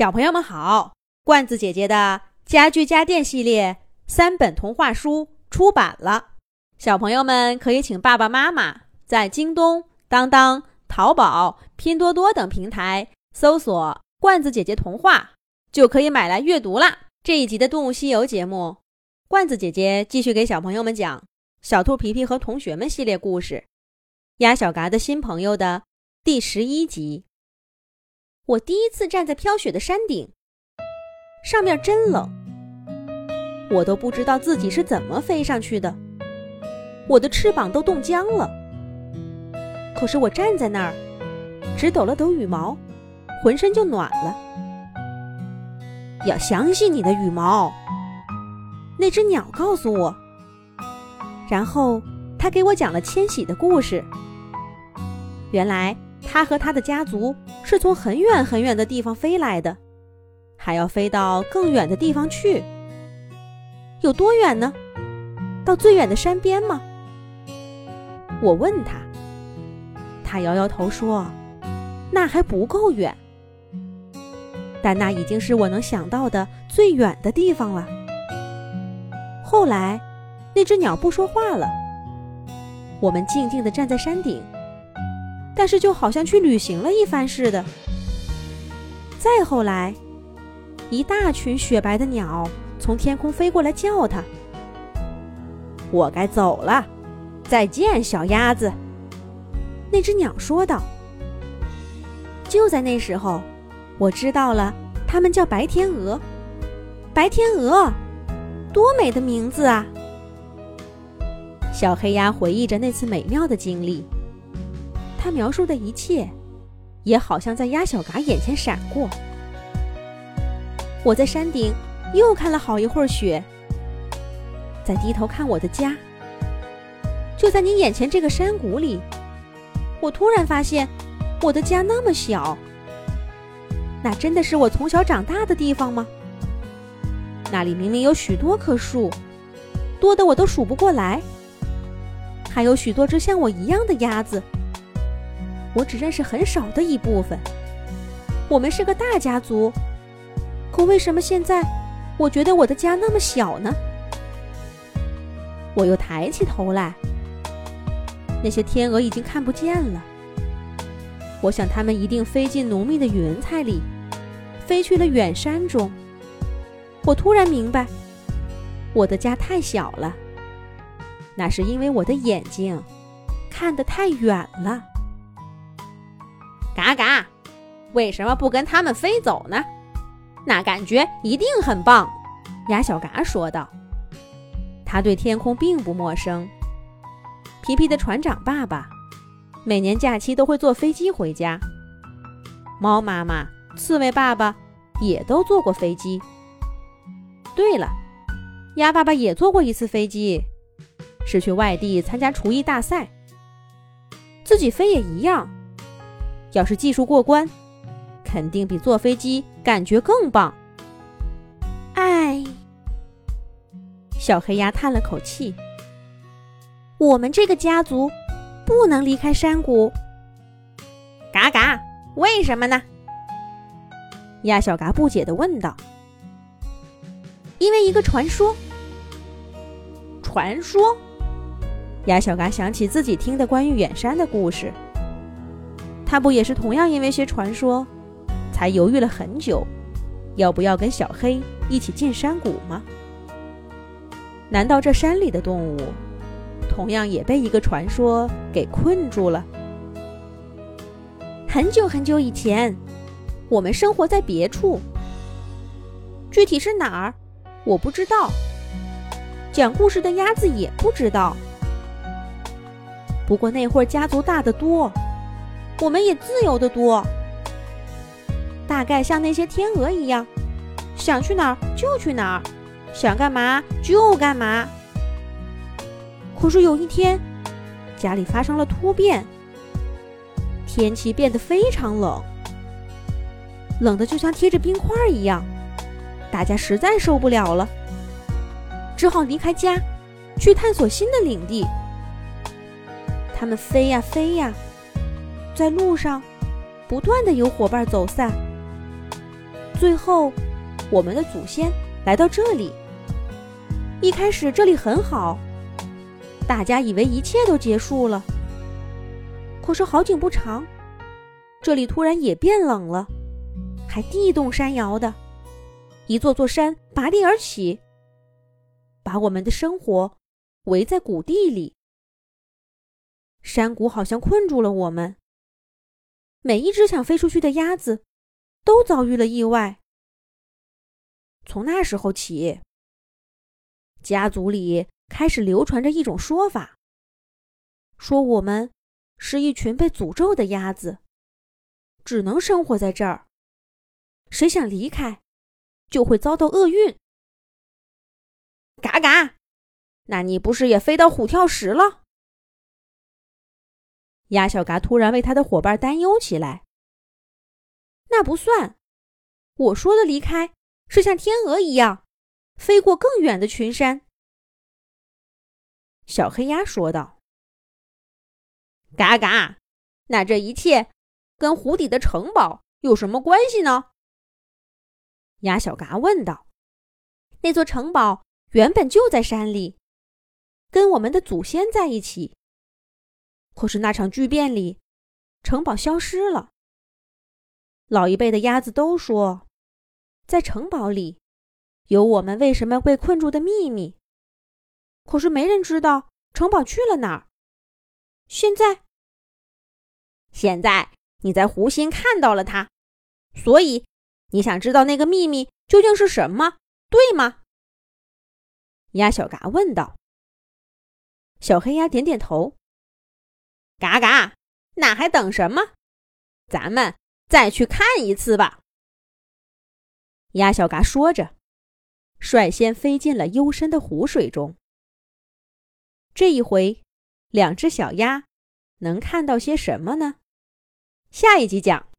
小朋友们好，罐子姐姐的家具家电系列3本童话书出版了，小朋友们可以请爸爸妈妈在京东、当当、淘宝、拼多多等平台搜索罐子姐姐童话，就可以买来阅读啦。这一集的动物西游节目，罐子姐姐继续给小朋友们讲小兔皮皮和同学们系列故事，鸭小嘎的新朋友的第11集。我第一次站在飘雪的山顶，上面真冷，我都不知道自己是怎么飞上去的，我的翅膀都冻僵了。可是我站在那儿，只抖了抖羽毛，浑身就暖了。要相信你的羽毛，那只鸟告诉我。然后他给我讲了迁徙的故事。原来他和他的家族是从很远很远的地方飞来的，还要飞到更远的地方去。有多远呢？到最远的山边吗？我问他，他摇摇头说，那还不够远。但那已经是我能想到的最远的地方了。后来，那只鸟不说话了，我们静静地站在山顶，但是就好像去旅行了一番似的。再后来，一大群雪白的鸟从天空飞过来叫它，我该走了，再见小鸭子。那只鸟说道。就在那时候，我知道了，它们叫白天鹅。白天鹅，多美的名字啊！小黑鸭回忆着那次美妙的经历，他描述的一切也好像在鸭小嘎眼前闪过。我在山顶又看了好一会儿雪，再低头看我的家，就在你眼前这个山谷里，我突然发现我的家那么小。那真的是我从小长大的地方吗？那里明明有许多棵树，多得我都数不过来，还有许多只像我一样的鸭子，我只认识很少的一部分。我们是个大家族，可为什么现在我觉得我的家那么小呢？我又抬起头来，那些天鹅已经看不见了。我想它们一定飞进浓密的云彩里，飞去了远山中。我突然明白，我的家太小了，那是因为我的眼睛看得太远了。嘎嘎，为什么不跟他们飞走呢？那感觉一定很棒，鸭小嘎说道。他对天空并不陌生。皮皮的船长爸爸每年假期都会坐飞机回家，猫妈妈、刺猬爸爸也都坐过飞机。对了，鸭爸爸也坐过一次飞机，是去外地参加厨艺大赛。自己飞也一样，要是技术过关，肯定比坐飞机感觉更棒。唉，小黑鸭叹了口气，我们这个家族不能离开山谷。嘎嘎，为什么呢？鸭小嘎不解地问道。因为一个传说。传说？鸭小嘎想起自己听的关于远山的故事，他不也是同样因为些传说才犹豫了很久，要不要跟小黑一起进山谷吗？难道这山里的动物同样也被一个传说给困住了？很久很久以前，我们生活在别处，具体是哪儿我不知道，讲故事的鸭子也不知道。不过那会儿家族大得多，我们也自由得多，大概像那些天鹅一样，想去哪儿就去哪儿，想干嘛就干嘛。可是有一天，家里发生了突变，天气变得非常冷，冷得就像贴着冰块一样，大家实在受不了了，只好离开家，去探索新的领地。他们飞呀飞呀，在路上不断地有伙伴走散， 最后，我们的祖先来到这里。一开始这里很好，大家以为一切都结束了。可是好景不长，这里突然也变冷了，还地动山摇的，一座座山拔地而起，把我们的生活围在谷地里。山谷好像困住了我们，每一只想飞出去的鸭子都遭遇了意外。从那时候起，家族里开始流传着一种说法，说我们是一群被诅咒的鸭子，只能生活在这儿，谁想离开就会遭到厄运。嘎嘎，那你不是也飞到虎跳石了？鸭小嘎突然为他的伙伴担忧起来。那不算，我说的离开是像天鹅一样飞过更远的群山。小黑鸭说道。嘎嘎，那这一切跟湖底的城堡有什么关系呢？鸭小嘎问道。那座城堡原本就在山里，跟我们的祖先在一起。可是那场巨变里，城堡消失了。老一辈的鸭子都说，在城堡里有我们为什么被困住的秘密。可是没人知道城堡去了哪儿。现在你在湖心看到了它，所以你想知道那个秘密究竟是什么，对吗？鸭小嘎问道。小黑鸭点点头。嘎嘎，那还等什么？咱们再去看一次吧。鸭小嘎说着，率先飞进了幽深的湖水中。这一回，两只小鸭能看到些什么呢？下一集讲。